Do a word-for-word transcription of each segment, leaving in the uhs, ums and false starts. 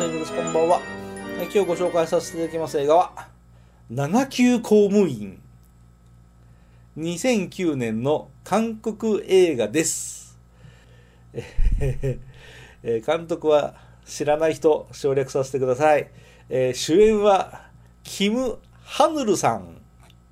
さんよろしくこんばんは。今日ご紹介させていただきます映画はなな級公務員、にせんきゅうねんの韓国映画です。監督は知らない人省略させてください。主演はキム・ハヌルさん、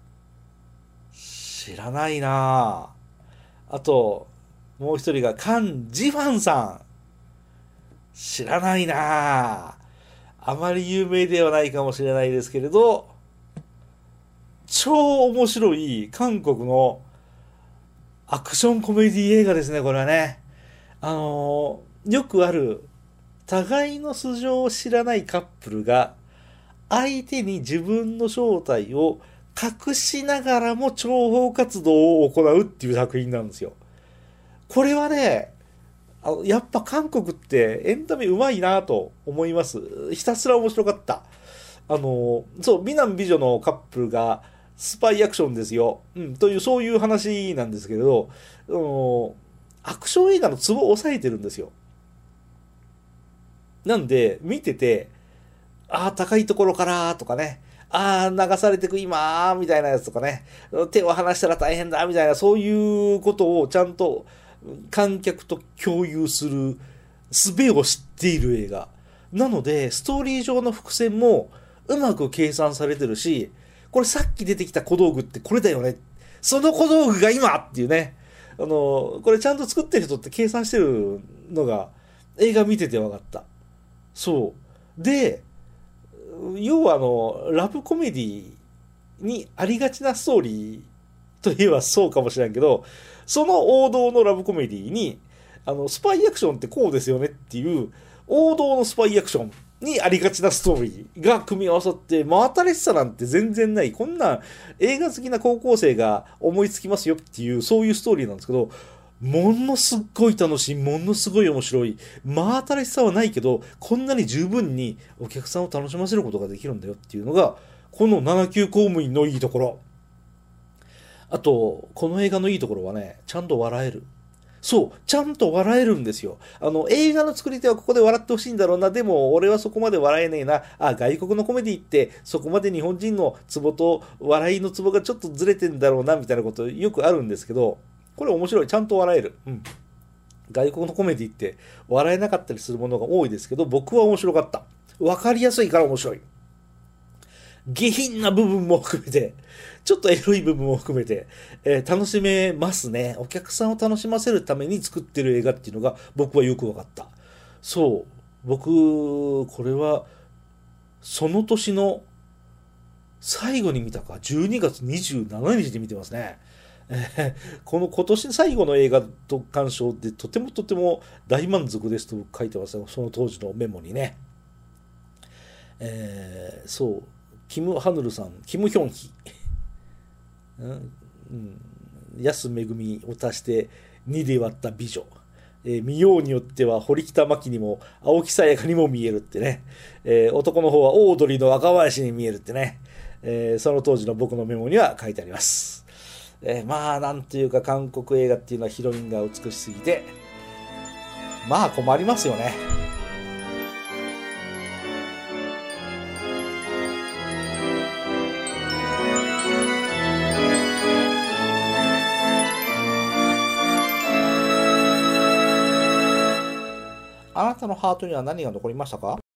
知らないなあ。あともう一人がカン・ジファンさん、知らないなあ。あまり有名ではないかもしれないですけれど、超面白い韓国のアクションコメディ映画ですね、これはね。あのー、よくある互いの素性を知らないカップルが相手に自分の正体を隠しながらも諜報活動を行うっていう作品なんですよ。これはね、あのやっぱ韓国ってエンタメうまいなと思います。ひたすら面白かった。あのそう美男美女のカップルがスパイアクションですよ、うん、というそういう話なんですけれど、あのアクション映画のツボを抑えてるんですよ。なんで見てて、ああ高いところからとかね、ああ流されてく今みたいなやつとかね、手を離したら大変だみたいな、そういうことをちゃんと観客と共有する術を知っている映画なので、ストーリー上の伏線もうまく計算されてるし、これさっき出てきた小道具ってこれだよね、その小道具が今っていうね、あのこれちゃんと作ってる人って計算してるのが映画見てて分かった。そうで、要はあのラブコメディにありがちなストーリーといえばそうかもしれんけど、その王道のラブコメディにあのスパイアクションってこうですよねっていう王道のスパイアクションにありがちなストーリーが組み合わさって、真新しさなんて全然ない、こんな映画好きな高校生が思いつきますよっていう、そういうストーリーなんですけど、ものすっごい楽しい、ものすごい面白い、真新しさはないけどこんなに十分にお客さんを楽しませることができるんだよっていうのがこのなな級公務員のいいところ。あとこの映画のいいところはね、ちゃんと笑える。そうちゃんと笑えるんですよ。あの映画の作り手はここで笑ってほしいんだろうな、でも俺はそこまで笑えねえな、あ外国のコメディってそこまで日本人のツボと笑いのツボがちょっとずれてんだろうなみたいなことよくあるんですけど、これ面白い、ちゃんと笑える。うん、外国のコメディって笑えなかったりするものが多いですけど、僕は面白かった。分かりやすいから面白い。下品な部分も含めて、ちょっとエロい部分も含めて、えー、楽しめますね。お客さんを楽しませるために作ってる映画っていうのが僕はよく分かった。そう僕これはその年の最後に見たか、じゅうにがつにじゅうしちにちで見てますね。えーこの今年最後の映画と鑑賞でとてもとても大満足ですと書いてますよ、その当時のメモにね。えーそうキム・ハヌルさん、キム・ヒョンヒ、うんうん、安めぐみを足してにで割った美女、えー見ようによっては堀北真希にも青木さやかにも見えるってね、えー男の方はオードリーの若林に見えるってね、えーその当時の僕のメモには書いてあります。えーまあなんというか韓国映画っていうのはヒロインが美しすぎてまあ困りますよね。あなたのハートには何が残りましたか？